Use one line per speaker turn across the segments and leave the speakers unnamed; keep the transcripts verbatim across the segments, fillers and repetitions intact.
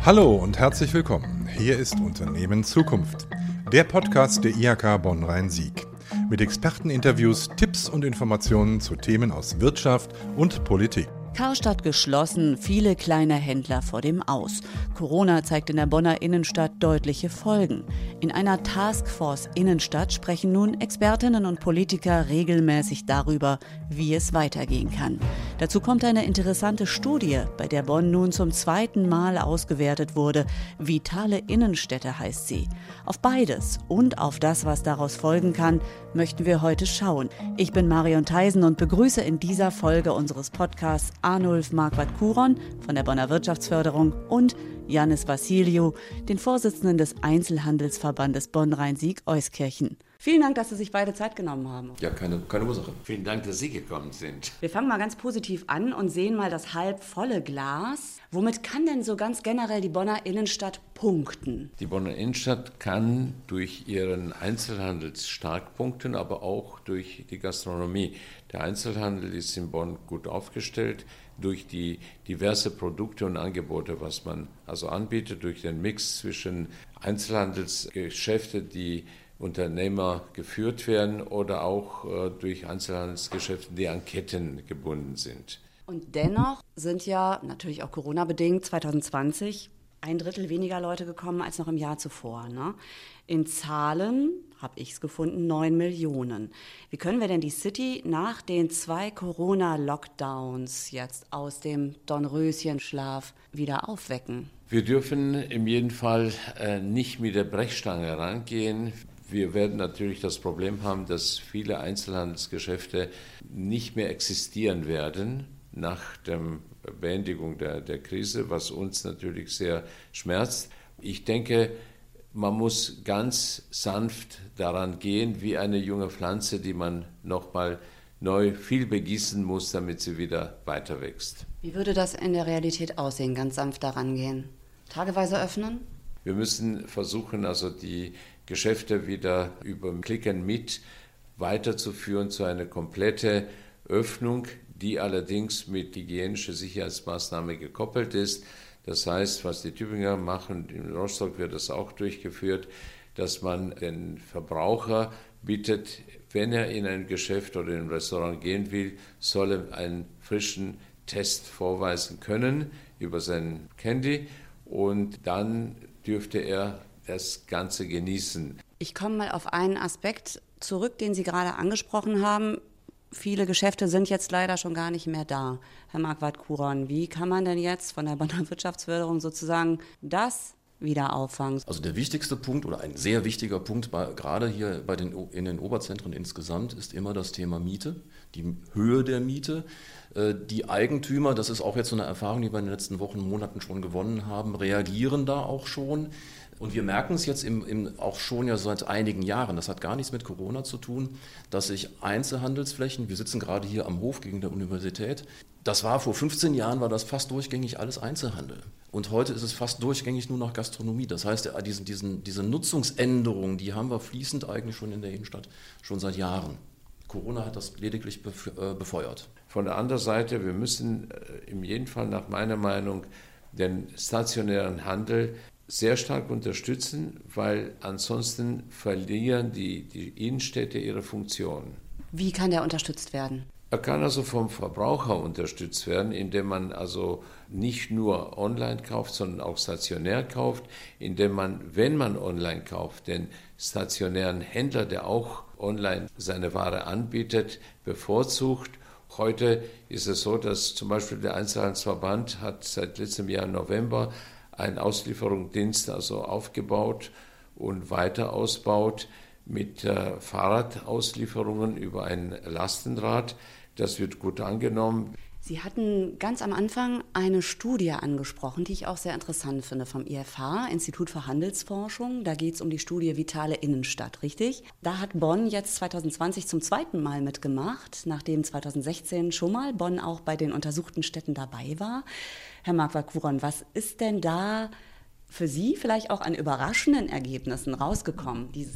Hallo und herzlich willkommen. Hier ist Unternehmen Zukunft, der Podcast der I H K Bonn-Rhein-Sieg. Mit Experteninterviews, Tipps und Informationen zu Themen aus Wirtschaft und Politik.
Karstadt geschlossen, viele kleine Händler vor dem Aus. Corona zeigt in der Bonner Innenstadt deutliche Folgen. In einer Taskforce Innenstadt sprechen nun Expertinnen und Politiker regelmäßig darüber, wie es weitergehen kann. Dazu kommt eine interessante Studie, bei der Bonn nun zum zweiten Mal ausgewertet wurde. Vitale Innenstädte heißt sie. Auf beides und auf das, was daraus folgen kann, möchten wir heute schauen. Ich bin Marion Theisen und begrüße in dieser Folge unseres Podcasts Arnulf Marquardt-Curon von der Bonner Wirtschaftsförderung und Yannis Vassiliou, den Vorsitzenden des Einzelhandelsverbandes Bonn-Rhein-Sieg-Euskirchen. Vielen Dank, dass Sie sich beide Zeit genommen haben.
Ja, keine, keine Ursache.
Vielen Dank, dass Sie gekommen sind.
Wir fangen mal ganz positiv an und sehen mal das halb volle Glas. Womit kann denn so ganz generell die Bonner Innenstadt punkten?
Die Bonner Innenstadt kann durch ihren Einzelhandel stark punkten, aber auch durch die Gastronomie. Der Einzelhandel ist in Bonn gut aufgestellt durch die diverse Produkte und Angebote, was man also anbietet, durch den Mix zwischen Einzelhandelsgeschäfte, die Unternehmer geführt werden oder auch äh, durch Einzelhandelsgeschäfte, die an Ketten gebunden sind.
Und dennoch sind ja, natürlich auch Corona-bedingt, zwanzig zwanzig ein Drittel weniger Leute gekommen als noch im Jahr zuvor. Ne? In Zahlen habe ich es gefunden, neun Millionen. Wie können wir denn die City nach den zwei Corona-Lockdowns jetzt aus dem Dornröschenschlaf wieder aufwecken?
Wir dürfen in jedem Fall äh, nicht mit der Brechstange rangehen. Wir werden natürlich das Problem haben, dass viele Einzelhandelsgeschäfte nicht mehr existieren werden nach der Beendigung der, der Krise, was uns natürlich sehr schmerzt. Ich denke, man muss ganz sanft daran gehen, wie eine junge Pflanze, die man nochmal neu viel begießen muss, damit sie wieder weiter wächst.
Wie würde das in der Realität aussehen, ganz sanft daran gehen? Tageweise öffnen?
Wir müssen versuchen, also die Geschäfte wieder über Click and Meet weiterzuführen zu einer kompletten Öffnung, die allerdings mit hygienischer Sicherheitsmaßnahme gekoppelt ist. Das heißt, was die Tübinger machen, in Rostock wird das auch durchgeführt, dass man den Verbraucher bittet, wenn er in ein Geschäft oder in ein Restaurant gehen will, soll er einen frischen Test vorweisen können über sein Handy und dann dürfte er das Ganze genießen.
Ich komme mal auf einen Aspekt zurück, den Sie gerade angesprochen haben. Viele Geschäfte sind jetzt leider schon gar nicht mehr da. Herr Marquardt-Curon, wie kann man denn jetzt von der Bonner Wirtschaftsförderung sozusagen das wieder auffangen?
Also der wichtigste Punkt oder ein sehr wichtiger Punkt, bei, gerade hier bei den, in den Oberzentren insgesamt, ist immer das Thema Miete, die Höhe der Miete. Die Eigentümer, das ist auch jetzt so eine Erfahrung, die wir in den letzten Wochen, Monaten schon gewonnen haben, reagieren da auch schon. Und wir merken es jetzt im, im, auch schon ja seit einigen Jahren, das hat gar nichts mit Corona zu tun, dass sich Einzelhandelsflächen, wir sitzen gerade hier am Hof gegen der Universität, das war vor fünfzehn Jahren, war das fast durchgängig alles Einzelhandel. Und heute ist es fast durchgängig nur noch Gastronomie. Das heißt, diesen, diesen, diese Nutzungsänderung, die haben wir fließend eigentlich schon in der Innenstadt, schon seit Jahren. Corona hat das lediglich befeuert.
Von der anderen Seite, wir müssen in jedem Fall nach meiner Meinung den stationären Handel sehr stark unterstützen, weil ansonsten verlieren die, die Innenstädte ihre Funktion.
Wie kann der unterstützt werden?
Er kann also vom Verbraucher unterstützt werden, indem man also nicht nur online kauft, sondern auch stationär kauft, indem man, wenn man online kauft, den stationären Händler, der auch online seine Ware anbietet, bevorzugt. Heute ist es so, dass zum Beispiel der Einzelhandelsverband hat seit letztem Jahr im November einen Auslieferungsdienst also aufgebaut und weiter ausbaut mit äh, Fahrradauslieferungen über ein Lastenrad. Das wird gut angenommen.
Sie hatten ganz am Anfang eine Studie angesprochen, die ich auch sehr interessant finde, vom I F H, Institut für Handelsforschung. Da geht es um die Studie Vitale Innenstadt, richtig? Da hat Bonn jetzt zwanzig zwanzig zum zweiten Mal mitgemacht, nachdem zwanzig sechzehn schon mal Bonn auch bei den untersuchten Städten dabei war. Herr Marquardt-Curon, was ist denn da für Sie vielleicht auch an überraschenden Ergebnissen rausgekommen dieses Jahr?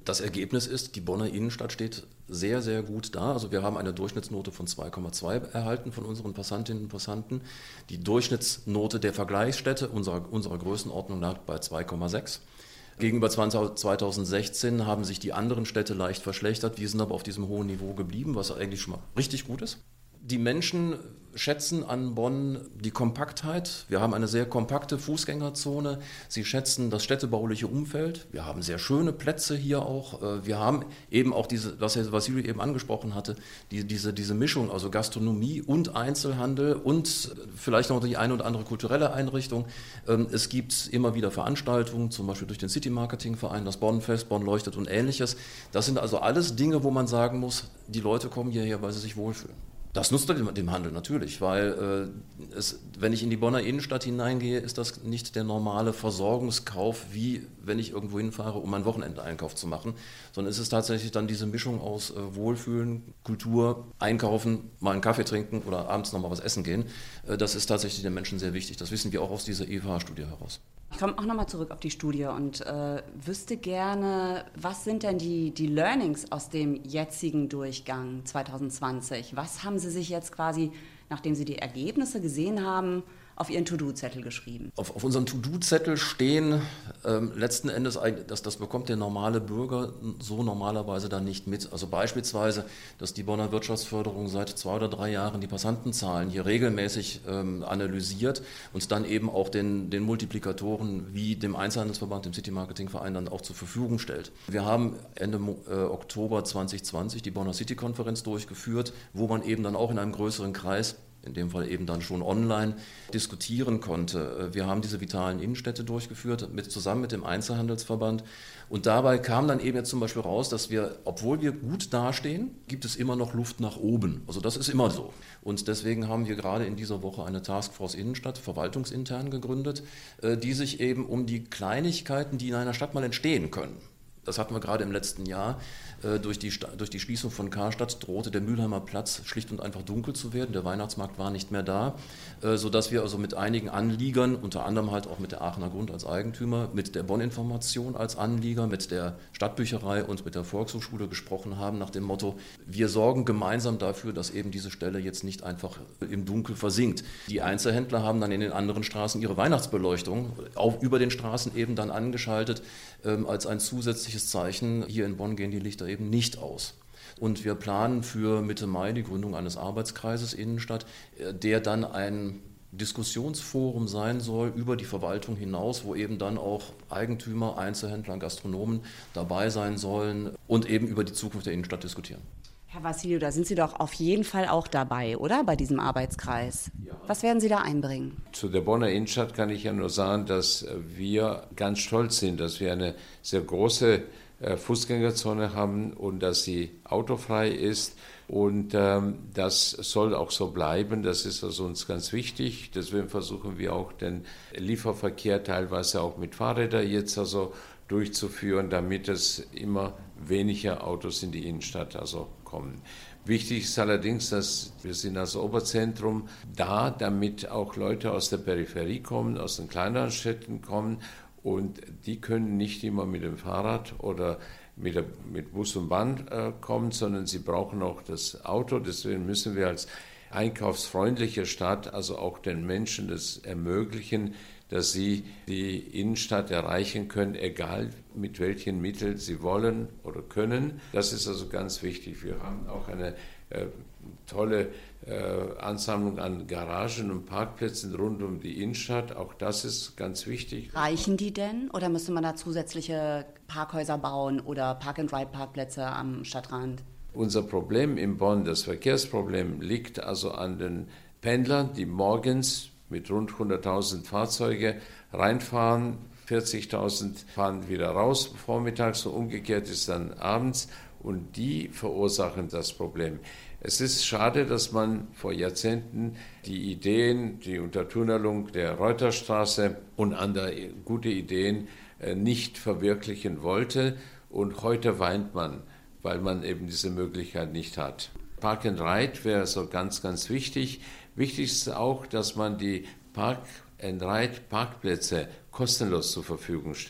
Das Ergebnis ist, die Bonner Innenstadt steht sehr, sehr gut da. Also wir haben eine Durchschnittsnote von zwei Komma zwei erhalten von unseren Passantinnen und Passanten. Die Durchschnittsnote der Vergleichsstädte unserer, unserer Größenordnung lag bei zwei Komma sechs. Gegenüber zweitausendsechzehn haben sich die anderen Städte leicht verschlechtert. Wir sind aber auf diesem hohen Niveau geblieben, was eigentlich schon mal richtig gut ist. Die Menschen schätzen an Bonn die Kompaktheit. Wir haben eine sehr kompakte Fußgängerzone. Sie schätzen das städtebauliche Umfeld. Wir haben sehr schöne Plätze hier auch. Wir haben eben auch diese, was Herr Vassiliou eben angesprochen hatte, die, diese, diese Mischung, also Gastronomie und Einzelhandel und vielleicht noch die eine oder andere kulturelle Einrichtung. Es gibt immer wieder Veranstaltungen, zum Beispiel durch den City-Marketing-Verein, das Bonnfest, Bonn leuchtet und Ähnliches. Das sind also alles Dinge, wo man sagen muss, die Leute kommen hierher, weil sie sich wohlfühlen. Das nutzt dem, dem Handel natürlich, weil äh, es, wenn ich in die Bonner Innenstadt hineingehe, ist das nicht der normale Versorgungskauf, wie wenn ich irgendwo hinfahre, um einen Wochenendeinkauf zu machen, sondern es ist tatsächlich dann diese Mischung aus äh, Wohlfühlen, Kultur, Einkaufen, mal einen Kaffee trinken oder abends nochmal was essen gehen. Äh, das ist tatsächlich den Menschen sehr wichtig. Das wissen wir auch aus dieser E W H-Studie heraus.
Ich komme auch nochmal zurück auf die Studie und äh, wüsste gerne, was sind denn die, die Learnings aus dem jetzigen Durchgang zwanzig zwanzig? Was haben Sie sich jetzt quasi, nachdem Sie die Ergebnisse gesehen haben, auf Ihren To-Do-Zettel geschrieben?
Auf, auf unserem To-Do-Zettel stehen ähm, letzten Endes, das, das bekommt der normale Bürger so normalerweise dann nicht mit. Also beispielsweise, dass die Bonner Wirtschaftsförderung seit zwei oder drei Jahren die Passantenzahlen hier regelmäßig ähm, analysiert und dann eben auch den, den Multiplikatoren wie dem Einzelhandelsverband, dem City-Marketing-Verein dann auch zur Verfügung stellt. Wir haben Ende äh, Oktober zwanzig zwanzig die Bonner City-Konferenz durchgeführt, wo man eben dann auch in einem größeren Kreis, in dem Fall eben dann schon online, diskutieren konnte. Wir haben diese vitalen Innenstädte durchgeführt, mit, zusammen mit dem Einzelhandelsverband. Und dabei kam dann eben jetzt zum Beispiel raus, dass wir, obwohl wir gut dastehen, gibt es immer noch Luft nach oben. Also das ist immer so. Und deswegen haben wir gerade in dieser Woche eine Taskforce Innenstadt, verwaltungsintern gegründet, die sich eben um die Kleinigkeiten, die in einer Stadt mal entstehen können. Das hatten wir gerade im letzten Jahr. Durch die, durch die Schließung von Karstadt drohte der Mülheimer Platz schlicht und einfach dunkel zu werden. Der Weihnachtsmarkt war nicht mehr da, sodass wir also mit einigen Anliegern, unter anderem halt auch mit der Aachener Grund als Eigentümer, mit der Bonn-Information als Anlieger, mit der Stadtbücherei und mit der Volkshochschule gesprochen haben nach dem Motto, wir sorgen gemeinsam dafür, dass eben diese Stelle jetzt nicht einfach im Dunkel versinkt. Die Einzelhändler haben dann in den anderen Straßen ihre Weihnachtsbeleuchtung auch über den Straßen eben dann angeschaltet, als ein zusätzliches Zeichen, hier in Bonn gehen die Lichter eben nicht aus. Und wir planen für Mitte Mai die Gründung eines Arbeitskreises Innenstadt, der dann ein Diskussionsforum sein soll über die Verwaltung hinaus, wo eben dann auch Eigentümer, Einzelhändler, Gastronomen dabei sein sollen und eben über die Zukunft der Innenstadt diskutieren.
Herr Vassiliou, da sind Sie doch auf jeden Fall auch dabei, oder? Bei diesem Arbeitskreis. Ja. Was werden Sie da einbringen?
Zu der Bonner Innenstadt kann ich ja nur sagen, dass wir ganz stolz sind, dass wir eine sehr große Fußgängerzone haben und dass sie autofrei ist. Und ähm, das soll auch so bleiben. Das ist also uns ganz wichtig. Deswegen versuchen wir auch den Lieferverkehr teilweise auch mit Fahrrädern jetzt also durchzuführen, damit es immer weniger Autos in die Innenstadt also kommen. Wichtig ist allerdings, dass wir sind als Oberzentrum da, damit auch Leute aus der Peripherie kommen, aus den kleineren Städten kommen. Und die können nicht immer mit dem Fahrrad oder mit, der, mit Bus und Bahn äh, kommen, sondern sie brauchen auch das Auto. Deswegen müssen wir als einkaufsfreundliche Stadt also auch den Menschen das ermöglichen, dass sie die Innenstadt erreichen können, egal mit welchen Mitteln sie wollen oder können. Das ist also ganz wichtig. Wir haben auch eine äh, tolle äh, Ansammlung an Garagen und Parkplätzen rund um die Innenstadt. Auch das ist ganz wichtig.
Reichen die denn oder müsste man da zusätzliche Parkhäuser bauen oder Park-and-Ride-Parkplätze am Stadtrand?
Unser Problem in Bonn, das Verkehrsproblem, liegt also an den Pendlern, die morgens mit rund hunderttausend Fahrzeuge reinfahren, vierzigtausend fahren wieder raus vormittags und umgekehrt ist dann abends und die verursachen das Problem. Es ist schade, dass man vor Jahrzehnten die Ideen, die Untertunnelung der Reuterstraße und andere gute Ideen nicht verwirklichen wollte und heute weint man, weil man eben diese Möglichkeit nicht hat. Park and Ride wäre so ganz, ganz wichtig. Wichtig ist auch, dass man die Park and Ride Parkplätze kostenlos zur Verfügung stellt.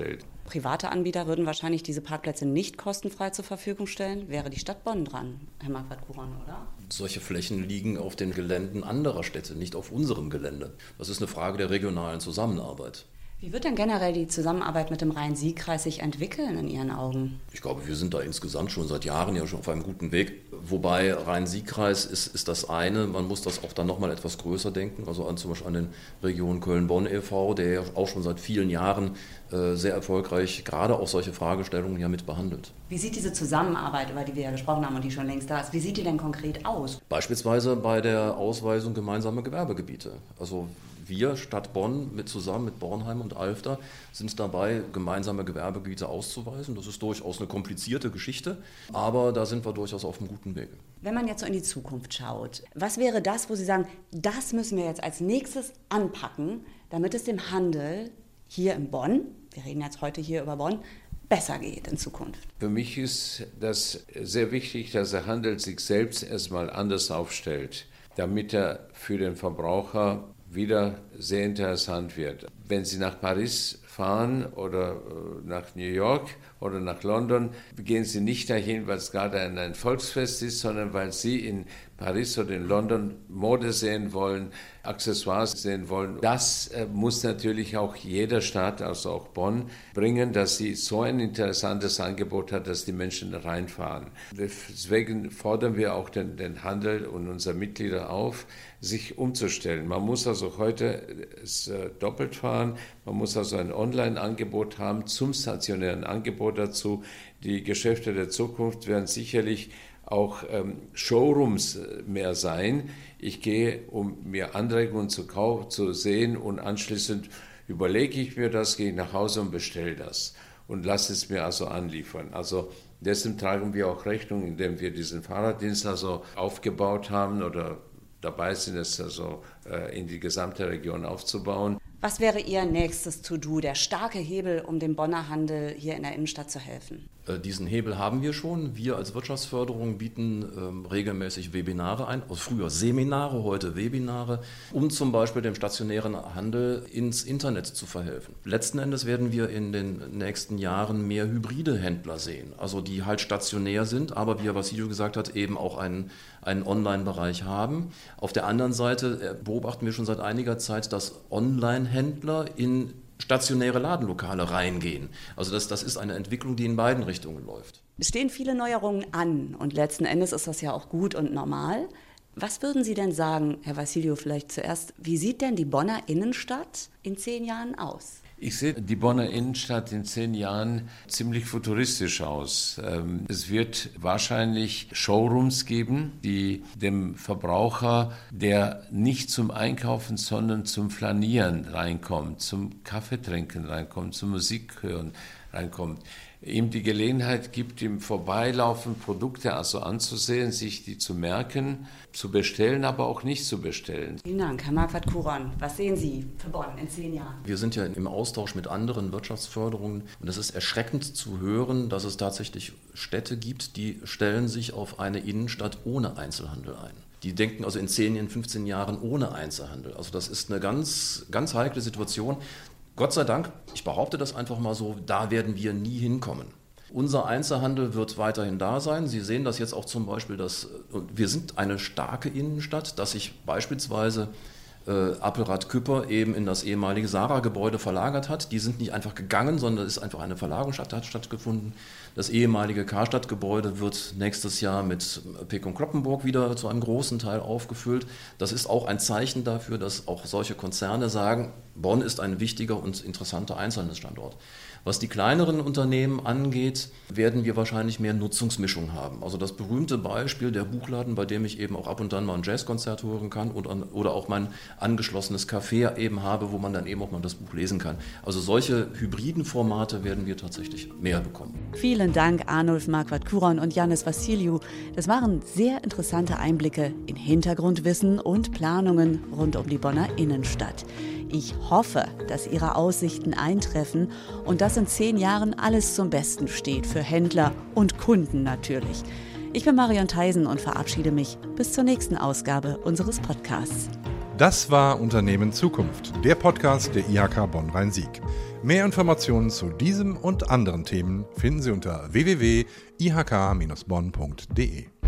Private Anbieter würden wahrscheinlich diese Parkplätze nicht kostenfrei zur Verfügung stellen. Wäre die Stadt Bonn dran, Herr Marquardt-Kuran, oder?
Solche Flächen liegen auf den Geländen anderer Städte, nicht auf unserem Gelände. Das ist eine Frage der regionalen Zusammenarbeit.
Wie wird denn generell die Zusammenarbeit mit dem Rhein-Sieg-Kreis sich entwickeln in Ihren Augen?
Ich glaube, wir sind da insgesamt schon seit Jahren ja schon auf einem guten Weg. Wobei Rhein-Sieg-Kreis ist, ist das eine, man muss das auch dann nochmal etwas größer denken, also an, zum Beispiel an den Region Köln-Bonn e V, der ja auch schon seit vielen Jahren äh, sehr erfolgreich gerade auch solche Fragestellungen ja mit behandelt.
Wie sieht diese Zusammenarbeit, über die wir ja gesprochen haben und die schon längst da ist, wie sieht die denn konkret aus?
Beispielsweise bei der Ausweisung gemeinsamer Gewerbegebiete. Also wir, Stadt Bonn, mit, zusammen mit Bornheim und Alfter, sind dabei, gemeinsame Gewerbegebiete auszuweisen. Das ist durchaus eine komplizierte Geschichte, aber da sind wir durchaus auf einem guten Weg.
Wenn man jetzt so in die Zukunft schaut, was wäre das, wo Sie sagen, das müssen wir jetzt als nächstes anpacken, damit es dem Handel hier in Bonn, wir reden jetzt heute hier über Bonn, besser geht in Zukunft?
Für mich ist das sehr wichtig, dass der Handel sich selbst erstmal anders aufstellt, damit er für den Verbraucher wieder sehr interessant wird. Wenn Sie nach Paris fahren oder nach New York oder nach London, gehen Sie nicht dahin, weil es gerade ein, ein Volksfest ist, sondern weil Sie in Paris oder in London Mode sehen wollen, Accessoires sehen wollen. Das äh, muss natürlich auch jeder Stadt, also auch Bonn, bringen, dass sie so ein interessantes Angebot hat, dass die Menschen reinfahren. Deswegen fordern wir auch den, den Handel und unsere Mitglieder auf, sich umzustellen. Man muss also heute es, äh, doppelt fahren, man muss also ein Online-Angebot haben zum stationären Angebot dazu. Die Geschäfte der Zukunft werden sicherlich auch ähm, Showrooms mehr sein. Ich gehe, um mir Anregungen zu, kau- zu sehen und anschließend überlege ich mir das, gehe nach Hause und bestelle das und lasse es mir also anliefern. Also dessen tragen wir auch Rechnung, indem wir diesen Fahrraddienst also aufgebaut haben oder dabei sind, es also äh, in die gesamte Region aufzubauen.
Was wäre Ihr nächstes To-Do, der starke Hebel, um dem Bonner Handel hier in der Innenstadt zu helfen?
Äh, diesen Hebel haben wir schon. Wir als Wirtschaftsförderung bieten ähm, regelmäßig Webinare ein, also früher Seminare, heute Webinare, um zum Beispiel dem stationären Handel ins Internet zu verhelfen. Letzten Endes werden wir in den nächsten Jahren mehr hybride Händler sehen, also die halt stationär sind, aber wie Herr Vassilio gesagt hat, eben auch einen, einen Online-Bereich haben. Auf der anderen Seite beobachten wir schon seit einiger Zeit, dass Online-Händler in stationäre Ladenlokale reingehen. Also das, das ist eine Entwicklung, die in beiden Richtungen läuft.
Es stehen viele Neuerungen an und letzten Endes ist das ja auch gut und normal. Was würden Sie denn sagen, Herr Vassilio, vielleicht zuerst, wie sieht denn die Bonner Innenstadt in zehn Jahren aus?
Ich sehe die Bonner Innenstadt in zehn Jahren ziemlich futuristisch aus. Es wird wahrscheinlich Showrooms geben, die dem Verbraucher, der nicht zum Einkaufen, sondern zum Flanieren reinkommt, zum Kaffeetrinken reinkommt, zum Musik hören reinkommt, ihm die Gelegenheit gibt, im Vorbeilaufen Produkte also anzusehen, sich die zu merken, zu bestellen, aber auch nicht zu bestellen.
Vielen Dank, Herr Marquardt-Kuran. Was sehen Sie für Bonn in zehn Jahren?
Wir sind ja im Austausch mit anderen Wirtschaftsförderungen und es ist erschreckend zu hören, dass es tatsächlich Städte gibt, die stellen sich auf eine Innenstadt ohne Einzelhandel ein. Die denken also in zehn, in fünfzehn Jahren ohne Einzelhandel. Also das ist eine ganz, ganz heikle Situation. Gott sei Dank, ich behaupte das einfach mal so, da werden wir nie hinkommen. Unser Einzelhandel wird weiterhin da sein. Sie sehen das jetzt auch zum Beispiel, dass wir sind eine starke Innenstadt, dass sich beispielsweise äh, Appelrad Küpper eben in das ehemalige Sara-Gebäude verlagert hat. Die sind nicht einfach gegangen, sondern es ist einfach eine Verlagerung statt, hat stattgefunden. Das ehemalige Karstadt-Gebäude wird nächstes Jahr mit Peek und Kloppenburg wieder zu einem großen Teil aufgefüllt. Das ist auch ein Zeichen dafür, dass auch solche Konzerne sagen, Bonn ist ein wichtiger und interessanter Einzelhandelsstandort. Was die kleineren Unternehmen angeht, werden wir wahrscheinlich mehr Nutzungsmischung haben. Also das berühmte Beispiel der Buchladen, bei dem ich eben auch ab und an mal ein Jazzkonzert hören kann und an, oder auch mein angeschlossenes Café eben habe, wo man dann eben auch mal das Buch lesen kann. Also solche hybriden Formate werden wir tatsächlich mehr bekommen.
Vielen Dank, Arnulf Marquardt-Kuran und Yannis Vassiliou. Das waren sehr interessante Einblicke in Hintergrundwissen und Planungen rund um die Bonner Innenstadt. Ich hoffe, dass Ihre Aussichten eintreffen und dass in zehn Jahren alles zum Besten steht, für Händler und Kunden natürlich. Ich bin Marion Theisen und verabschiede mich bis zur nächsten Ausgabe unseres Podcasts.
Das war Unternehmen Zukunft, der Podcast der I H K Bonn-Rhein-Sieg. Mehr Informationen zu diesem und anderen Themen finden Sie unter w w w punkt i h k Bindestrich bonn punkt d e.